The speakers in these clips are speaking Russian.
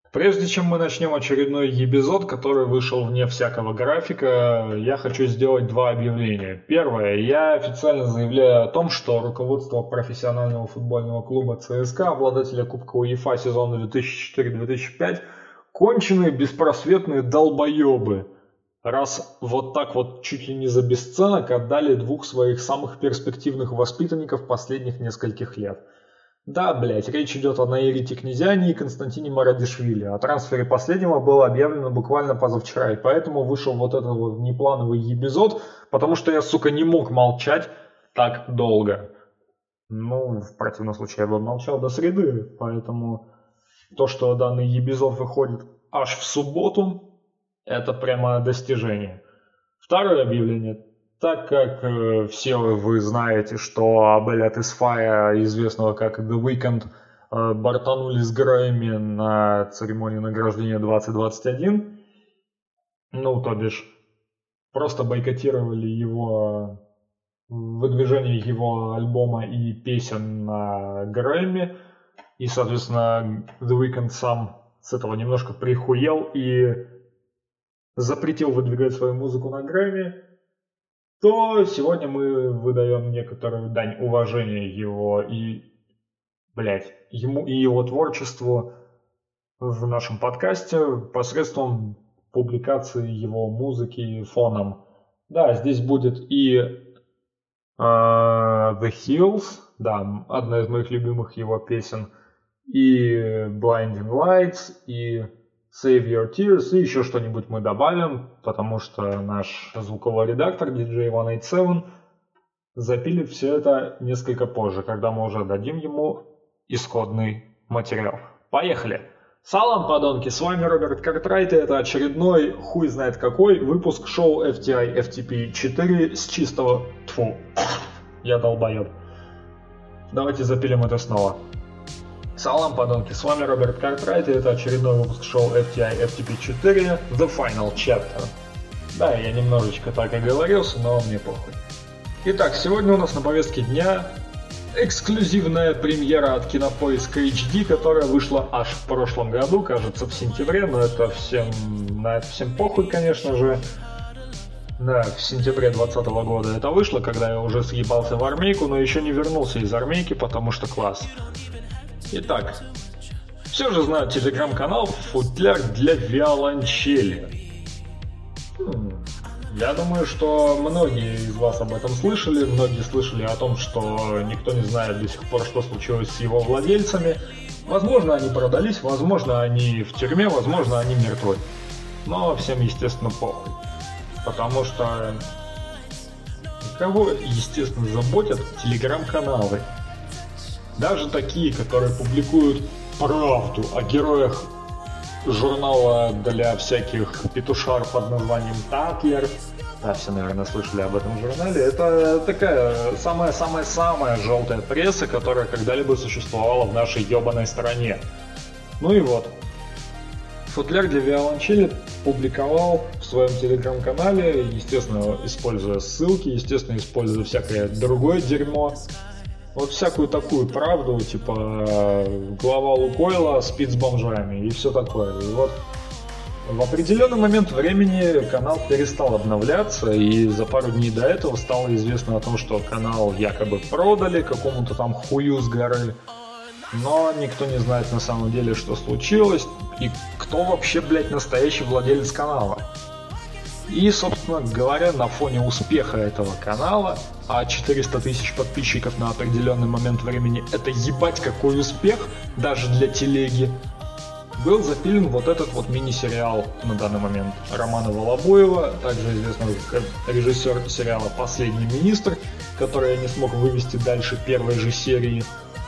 Прежде чем мы начнем очередной эпизод, который вышел вне всякого графика, я хочу сделать два объявления. Первое. Я официально заявляю о том, что руководство профессионального футбольного клуба ЦСКА, обладателя Кубка УЕФА сезона 2004-2005, конченые беспросветные долбоебы. Раз вот так вот чуть ли не за бесценок отдали двух своих самых перспективных воспитанников последних нескольких лет. Да, блять, речь идет о Наирите Князяне и Константине Марадишвили. О трансфере последнего было объявлено буквально позавчера, и поэтому вышел вот этот вот внеплановый эпизод, потому что я, сука, не мог молчать так долго. Ну, в противном случае я бы молчал до среды, поэтому то, что данный эпизод выходит аж в субботу, это прямо достижение. Второе объявление. Так как все вы знаете, что Абеля Тесфая, известного как The Weeknd, бортанули с Грэмми на церемонии награждения 2021, ну, то бишь, просто бойкотировали его выдвижение его альбома и песен на Грэмми, и, соответственно, The Weeknd сам с этого немножко прихуел и запретил выдвигать свою музыку на Грэмми, то сегодня мы выдаем некоторую дань уважения ему и его творчеству в нашем подкасте посредством публикации его музыки фоном. Да, здесь будет и The Hills, да, одна из моих любимых его песен, и Blinding Lights, и Save Your Tears, и еще что-нибудь мы добавим, потому что наш звуковой редактор DJ 187 запилит все это несколько позже, когда мы уже дадим ему исходный материал. Поехали! Салам, подонки, с вами Роберт Картрайт, и это очередной, хуй знает какой, выпуск шоу FTI FTP 4 с чистого... Тьфу, я долбоеб. Давайте запилим это снова. Салам, подонки, с вами Роберт Картрайт, и это очередной выпуск шоу FTI FTP 4 The Final Chapter. Да, я немножечко так оговорился, но мне похуй. Итак, сегодня у нас на повестке дня эксклюзивная премьера от Кинопоиска HD, которая вышла аж в прошлом году, кажется, в сентябре, но на это всем похуй, конечно же. Да, в сентябре 2020 года это вышло, когда я уже съебался в армейку, но еще не вернулся из армейки, потому что класс. Итак, все же знают телеграм-канал «Футляр для виолончели». Я думаю, что многие из вас об этом слышали, многие слышали о том, что никто не знает до сих пор, что случилось с его владельцами. Возможно, они продались, возможно, они в тюрьме, возможно, они мертвы. Но всем, естественно, похуй. Потому что кого, естественно, заботят телеграм-каналы. Даже такие, которые публикуют правду о героях журнала для всяких петушар под названием «Татлер». Да, все, наверное, слышали об этом журнале. Это такая самая-самая-самая желтая пресса, которая когда-либо существовала в нашей ебаной стране. Ну и вот. Футляр для виолончели публиковал в своем телеграм-канале, естественно, используя ссылки, естественно, используя всякое другое дерьмо. Вот всякую такую правду, типа глава Лукойла спит с бомжами и все такое. И вот в определенный момент времени канал перестал обновляться, и за пару дней до этого стало известно о том, что канал якобы продали какому-то там хую с горы. Но никто не знает на самом деле, что случилось, и кто вообще, блядь, настоящий владелец канала. И, собственно говоря, на фоне успеха этого канала, а 400 тысяч подписчиков на определенный момент времени — это ебать какой успех, даже для телеги, был запилен вот этот вот мини-сериал на данный момент Романа Волобуева, также известного как режиссер сериала «Последний министр», который я не смог вывести дальше первой же серии.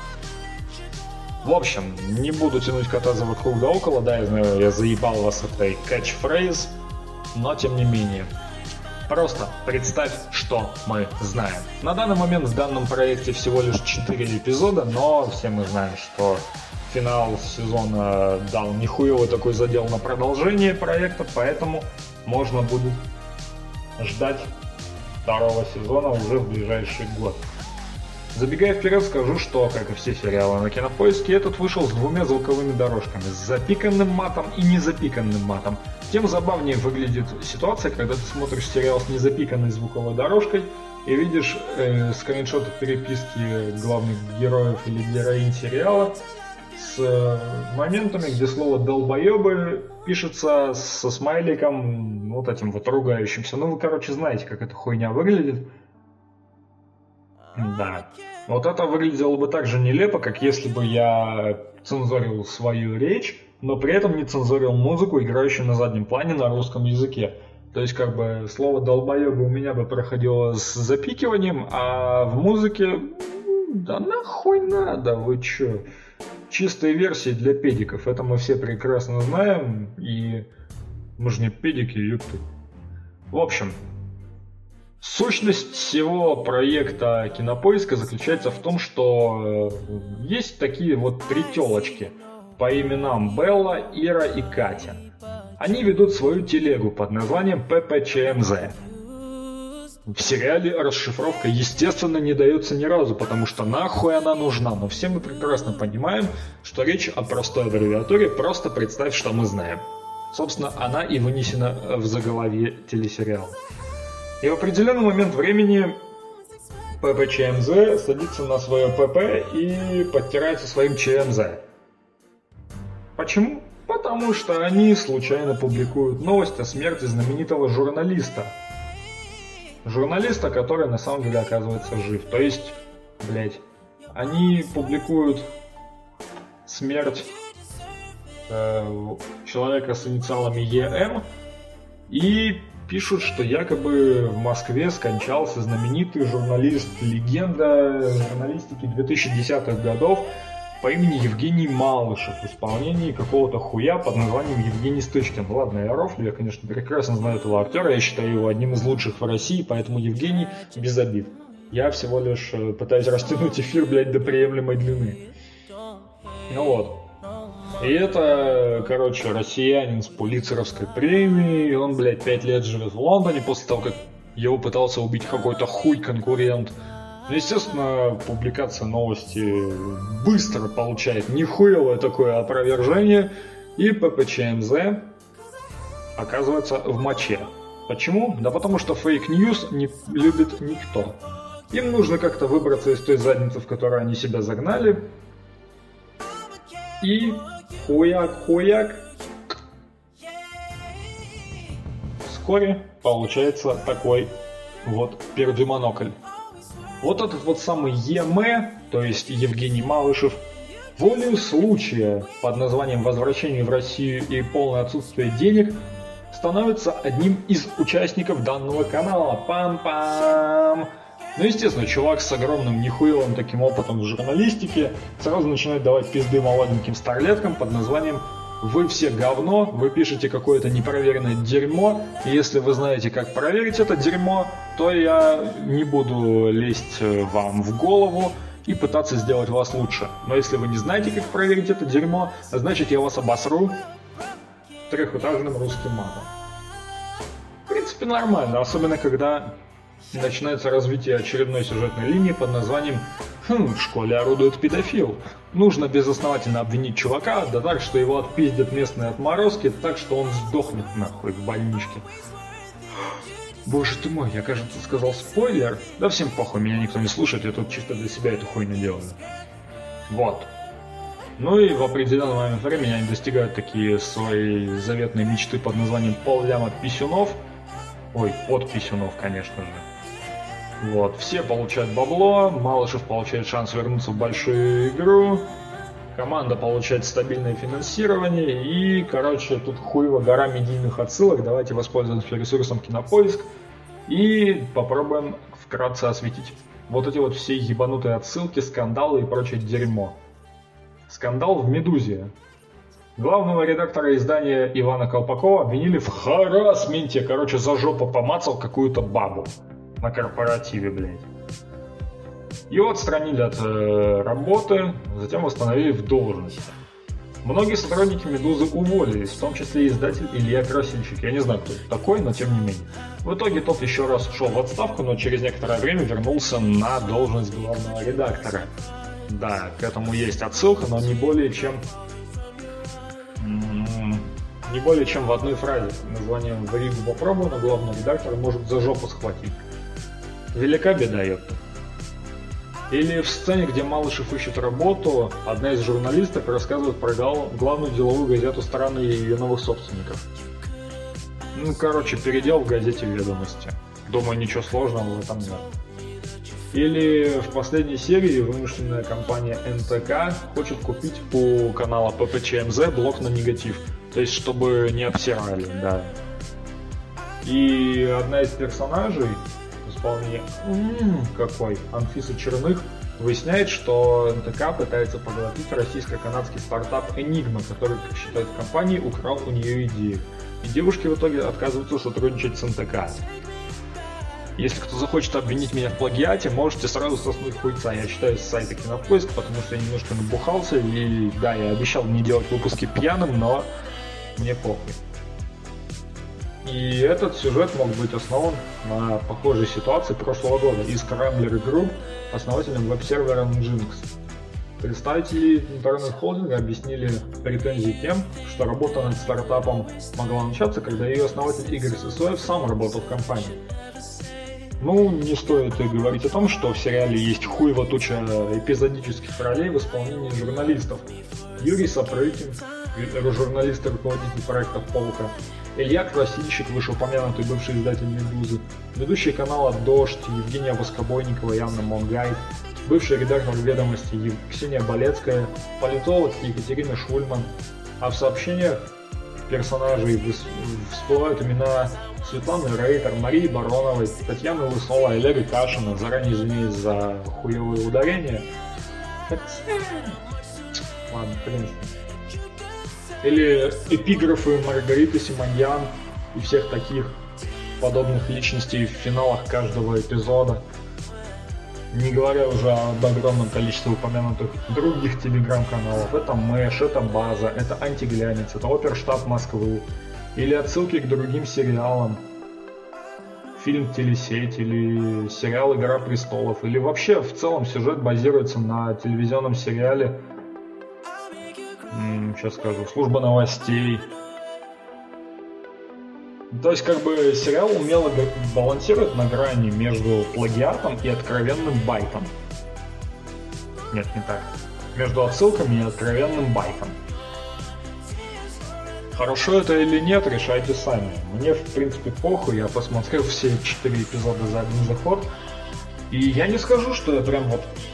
В общем, не буду тянуть кота за вокруг да около, да, я знаю, я заебал вас этой catchphrase, но тем не менее. Просто представь, что мы знаем. На данный момент в данном проекте всего лишь 4 эпизода, но все мы знаем, что финал сезона дал нихуевый такой задел на продолжение проекта, поэтому можно будет ждать второго сезона уже в ближайший год. Забегая вперед, скажу, что, как и все сериалы на Кинопоиске, этот вышел с двумя звуковыми дорожками, с запиканным матом и незапиканным матом. Тем забавнее выглядит ситуация, когда ты смотришь сериал с незапиканной звуковой дорожкой и видишь скриншоты переписки главных героев или героинь сериала с моментами, где слово «долбоебы» пишется со смайликом, вот этим вот ругающимся. Ну, вы, короче, знаете, как эта хуйня выглядит. Да. Вот это выглядело бы так же нелепо, как если бы я цензурил свою речь, но при этом не цензурил музыку, играющую на заднем плане на русском языке. То есть, как бы, слово «долбоёбы» у меня бы проходило с запикиванием, а в музыке... Да нахуй надо, вы чё? Чистые версии для педиков, это мы все прекрасно знаем, и мы же не педики, ёпты. В общем, сущность всего проекта Кинопоиска заключается в том, что есть такие вот три тёлочки по именам Белла, Ира и Катя. Они ведут свою телегу под названием ППЧМЗ. В сериале расшифровка, естественно, не дается ни разу, потому что нахуй она нужна, но все мы прекрасно понимаем, что речь о простой аббревиатуре, просто представь, что мы знаем. Собственно, она и вынесена в заголовье телесериала. И в определенный момент времени ППЧМЗ садится на свое ПП и подтирается своим ЧМЗ. Почему? Потому что они случайно публикуют новость о смерти знаменитого журналиста. Журналиста, который на самом деле оказывается жив. То есть, блять, они публикуют смерть человека с инициалами ЕМ и пишут, что якобы в Москве скончался знаменитый журналист, легенда журналистики 2010-х годов по имени Евгений Малышев в исполнении какого-то хуя под названием Евгений Стычкин. Ладно, я рофлю, я, конечно, прекрасно знаю этого актера, я считаю его одним из лучших в России, поэтому Евгений без обид. Я всего лишь пытаюсь растянуть эфир, блядь, до приемлемой длины. Ну вот. И это, короче, россиянин с Пулитцеровской премией, он, блядь, 5 лет живет в Лондоне после того, как его пытался убить какой-то хуй-конкурент. Ну, естественно, публикация новости быстро получает нихуевое такое опровержение, и ППЧМЗ оказывается в моче. Почему? Да потому что фейк-ньюс не любит никто. Им нужно как-то выбраться из той задницы, в которую они себя загнали, и хуяк-хуяк. Вскоре получается такой вот пердемонокль. Вот этот вот самый ЕМ, то есть Евгений Малышев, волею случая под названием «Возвращение в Россию и полное отсутствие денег» становится одним из участников данного канала. Пам-пам! Ну, естественно, чувак с огромным нихуевым таким опытом в журналистике сразу начинает давать пизды молоденьким старлеткам под названием «Вы все говно, вы пишете какое-то непроверенное дерьмо, и если вы знаете, как проверить это дерьмо, то я не буду лезть вам в голову и пытаться сделать вас лучше. Но если вы не знаете, как проверить это дерьмо, значит я вас обосру трехэтажным русским матом». В принципе, нормально, особенно когда начинается развитие очередной сюжетной линии под названием «В школе орудует педофил». Нужно безосновательно обвинить чувака, да так, что его отпиздят местные отморозки, так что он сдохнет нахуй в больничке. Боже ты мой, я, кажется, сказал спойлер. Да всем похуй, меня никто не слушает, я тут чисто для себя эту хуйню делаю. Вот. Ну и в определенный момент времени они достигают такие своей заветной мечты под названием «Полляма писюнов». Ой, под писюнов, конечно же. Вот, все получают бабло, Малышев получает шанс вернуться в большую игру, команда получает стабильное финансирование и, короче, тут хуево гора медийных отсылок. Давайте воспользуемся ресурсом Кинопоиск и попробуем вкратце осветить вот эти вот все ебанутые отсылки, скандалы и прочее дерьмо. Скандал в «Медузе». Главного редактора издания Ивана Колпакова обвинили в харассменте, короче, за жопу помацал какую-то бабу на корпоративе, блядь. Его отстранили от работы, затем восстановили в должности. Многие сотрудники «Медузы» уволились, в том числе и издатель Илья Красильщик. Я не знаю, кто это такой, но тем не менее. В итоге тот еще раз ушел в отставку, но через некоторое время вернулся на должность главного редактора. Да, к этому есть отсылка, но не более чем в одной фразе. Названием «В Ригу попробую, но главный редактор может за жопу схватить». Велика беда, ёпта. Или в сцене, где Малышев ищет работу, одна из журналисток рассказывает про главную деловую газету страны и ее новых собственников. Передел в газете «Ведомости». Думаю, ничего сложного в этом нет. Или в последней серии вымышленная компания НТК хочет купить у канала ППЧМЗ блок на негатив. То есть, чтобы не обсирали, да. И одна из персонажей, исполнение Анфиса Черных, выясняет, что НТК пытается поглотить российско-канадский стартап Enigma, который, как считают в компании, украл у нее идею. И девушки в итоге отказываются сотрудничать с НТК. Если кто захочет обвинить меня в плагиате, можете сразу соснуть хуйца. Я читаю с сайта Кинопоиск, потому что я немножко набухался. И да, я обещал не делать выпуски пьяным, но мне похуй. И этот сюжет мог быть основан на похожей ситуации прошлого года из Scrambler Group, основателем веб-сервера Nginx. Представители интернет-холдинга объяснили претензии тем, что работа над стартапом могла начаться, когда ее основатель Игорь Сысоев сам работал в компании. Не стоит и говорить о том, что в сериале есть хуево туча эпизодических ролей в исполнении журналистов. Юрий Сапрыкин, журналист и руководитель проектов «Полка», Илья Красильщик, вышеупомянутый бывший издатель «Медузы», ведущие канала «Дождь» Евгения Воскобойникова и Анна Монгайт, бывший редактор «Ведомости» Ксения Болецкая, политолог Екатерина Шульман, а в сообщениях персонажей всплывают имена Светланы Рейтер, Марии Бароновой, Татьяны Лысовой, Олега Кашина. Заранее извиняюсь за хуевые ударения. Ладно, хрен с ним. Или эпиграфы Маргариты Симоньян и всех таких подобных личностей в финалах каждого эпизода. Не говоря уже об огромном количестве упомянутых других телеграм-каналов. Это Мэш, это База, это Антиглянец, это Оперштаб Москвы. Или отсылки к другим сериалам. Фильм «Телесеть» или сериал «Игра престолов». Или вообще в целом сюжет базируется на телевизионном сериале, сейчас скажу, «Служба новостей». То есть сериал умело балансирует на грани между плагиатом и откровенным байтом. Нет, не так. Между отсылками и откровенным байтом. Хорошо это или нет, решайте сами. Мне в принципе похуй, я посмотрел все 4 эпизода за один заход. И я не скажу, что я прям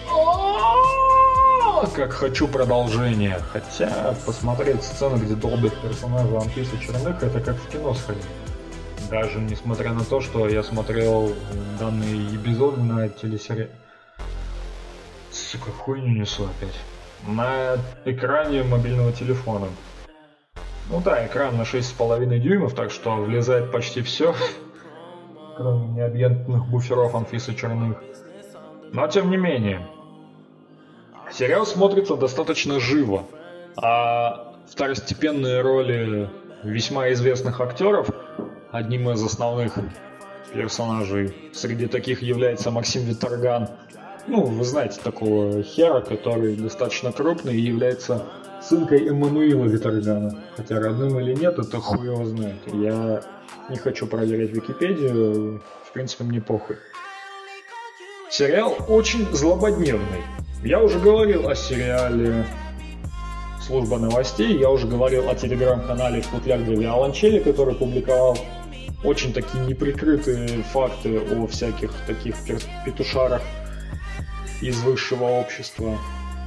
как хочу продолжения. Хотя посмотреть сцену, где долбят персонажа Анфисы Черных, это как в кино сходить. Даже несмотря на то, что я смотрел данные эпизоды на телесериале. Сука, хуйню несу опять. На экране мобильного телефона. Экран на 6,5 дюймов, так что влезает почти все, кроме необъятных буферов Анфисы Черных. Но тем не менее, сериал смотрится достаточно живо, а второстепенные роли весьма известных актеров, одним из основных персонажей среди таких является Максим Виторган. Вы знаете такого хера, который достаточно крупный и является сынкой Эммануила Виторгана. Хотя родным или нет, это хуй его знает. Я не хочу проверять Википедию, в принципе мне похуй. Сериал очень злободневный. Я уже говорил о сериале «Служба новостей», я уже говорил о телеграм-канале «Футляр для виолончели», который публиковал очень такие неприкрытые факты о всяких таких петушарах из высшего общества.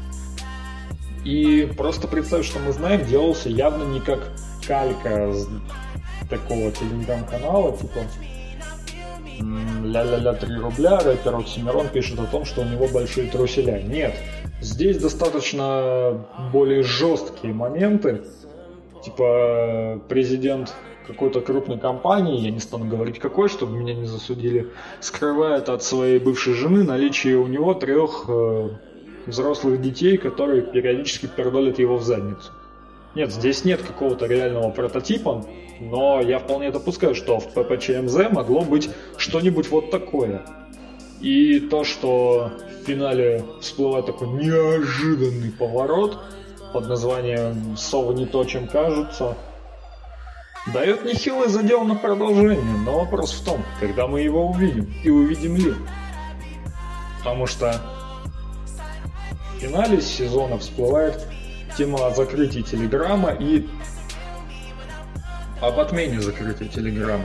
И просто представь, что мы знаем, делался явно не как калька с такого телеграм-канала, типа ля-ля-ля 3 рубля, рэпер Оксимирон пишет о том, что у него большие труселя. Нет, здесь достаточно более жесткие моменты, типа президент какой-то крупной компании, я не стану говорить какой, чтобы меня не засудили, скрывает от своей бывшей жены наличие у него 3 взрослых детей, которые периодически пердолят его в задницу. Нет, здесь нет какого-то реального прототипа, но я вполне допускаю, что в ППЧМЗ могло быть что-нибудь вот такое. И то, что в финале всплывает такой неожиданный поворот под названием «Совы не то, чем кажутся», дает нехилый задел на продолжение, но вопрос в том, когда мы его увидим и увидим ли. Потому что в финале сезона всплывает тема о закрытии Телеграма и об отмене закрытия Телеграма.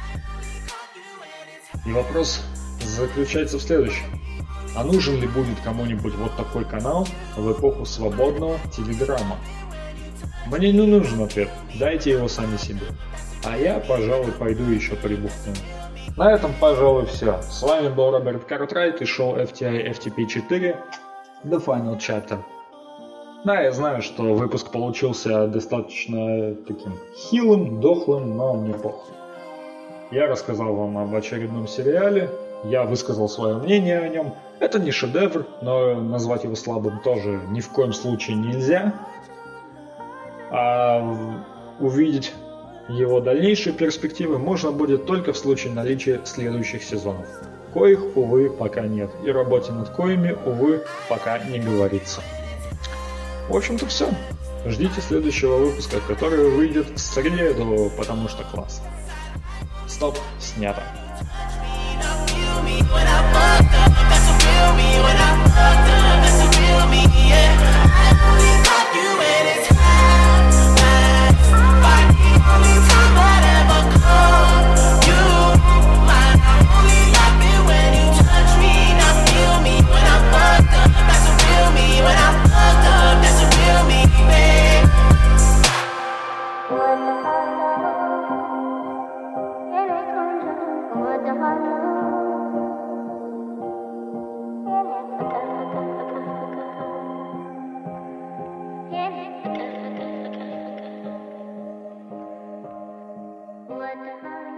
И вопрос заключается в следующем. А нужен ли будет кому-нибудь вот такой канал в эпоху свободного Телеграма? Мне не нужен ответ, дайте его сами себе. А я, пожалуй, пойду еще прибухну. На этом, пожалуй, все. С вами был Роберт Картрайт и шоу FTI FTP 4 The Final Chapter. Да, я знаю, что выпуск получился достаточно таким хилым, дохлым, но мне похуй. Я рассказал вам об очередном сериале, я высказал свое мнение о нем. Это не шедевр, но назвать его слабым тоже ни в коем случае нельзя. А увидеть его дальнейшие перспективы можно будет только в случае наличия следующих сезонов, коих, увы, пока нет, и работе над коими, увы, пока не говорится. В общем-то все. Ждите следующего выпуска, который выйдет в среду, потому что классно. Стоп, снято. What the